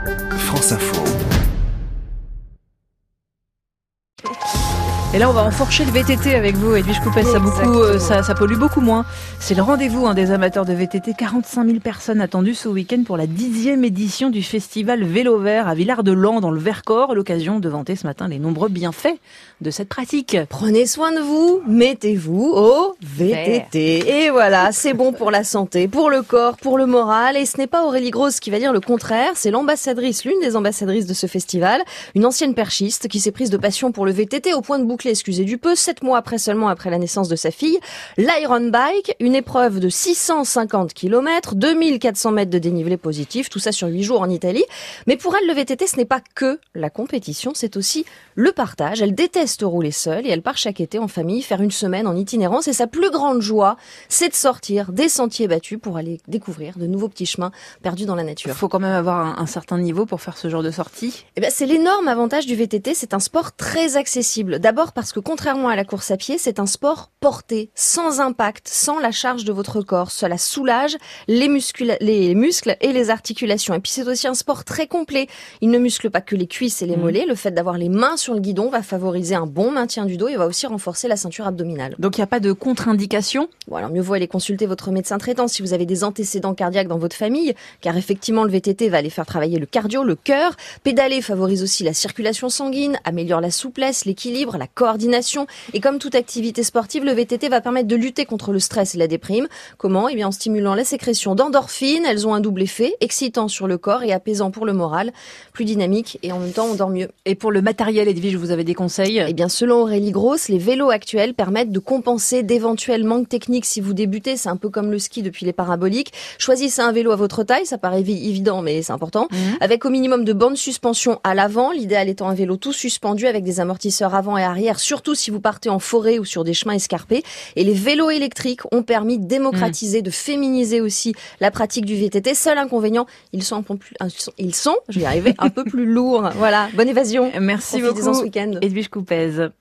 France Info. Et là, on va enfourcher le VTT avec vous, Edwige Coupel. Ça pollue beaucoup moins. C'est le rendez-vous des amateurs de VTT. 45 000 personnes attendues ce week-end pour la 10e édition du festival Vélo Vert à Villard-de-Lans dans le Vercors. L'occasion de vanter ce matin les nombreux bienfaits de cette pratique. Prenez soin de vous, mettez-vous au VTT. Et voilà, c'est bon pour la santé, pour le corps, pour le moral. Et ce n'est pas Aurélie Grosse qui va dire le contraire. C'est l'une des ambassadrices de ce festival, une ancienne perchiste qui s'est prise de passion pour le VTT au point de boucler, excusez du peu, 7 mois seulement après la naissance de sa fille, l'Iron Bike, une épreuve de 650 km, 2400 mètres de dénivelé positif, tout ça sur 8 jours en Italie. Mais pour elle, le VTT, ce n'est pas que la compétition, c'est aussi le partage. Elle déteste rouler seule et elle part chaque été en famille faire une semaine en itinérance. Et sa plus grande joie, c'est de sortir des sentiers battus pour aller découvrir de nouveaux petits chemins perdus dans la nature. Il faut quand même avoir un certain niveau pour faire ce genre de sortie. Eh bien, c'est l'énorme avantage du VTT, c'est un sport très accessible. D'abord parce que contrairement à la course à pied, c'est un sport porté, sans impact, sans la charge de votre corps. Cela soulage les muscles et les articulations. Et puis c'est aussi un sport très complet. Il ne muscle pas que les cuisses et les mollets. Le fait d'avoir les mains sur le guidon va favoriser un bon maintien du dos et va aussi renforcer la ceinture abdominale. Donc il n'y a pas de contre-indication ? Bon, alors mieux vaut aller consulter votre médecin traitant si vous avez des antécédents cardiaques dans votre famille, car effectivement le VTT va aller faire travailler le cardio, le cœur. Pédaler favorise aussi la circulation sanguine, améliore la souplesse, l'équilibre, la coordination. Et comme toute activité sportive, le VTT va permettre de lutter contre le stress et la déprime. Comment ? Eh bien en stimulant la sécrétion d'endorphines. Elles ont un double effet, excitant sur le corps et apaisant pour le moral, plus dynamique et en même temps on dort mieux. Et pour le matériel, Edwige, vous avez des conseils ? Eh bien selon Aurélie Grosse, les vélos actuels permettent de compenser d'éventuels manques techniques si vous débutez. C'est un peu comme le ski depuis les paraboliques. Choisissez un vélo à votre taille, ça paraît évident mais c'est important. Avec au minimum de bandes de suspension à l'avant, l'idéal étant un vélo tout suspendu avec des amortisseurs avant et arrière, surtout si vous partez en forêt ou sur des chemins escarpés. Et les vélos électriques ont permis de démocratiser, de féminiser aussi la pratique du VTT. Seul inconvénient, ils sont, je vais y arriver, un peu plus lourds. Voilà, bonne évasion. Merci beaucoup, ce week-end. Edwige Coupez.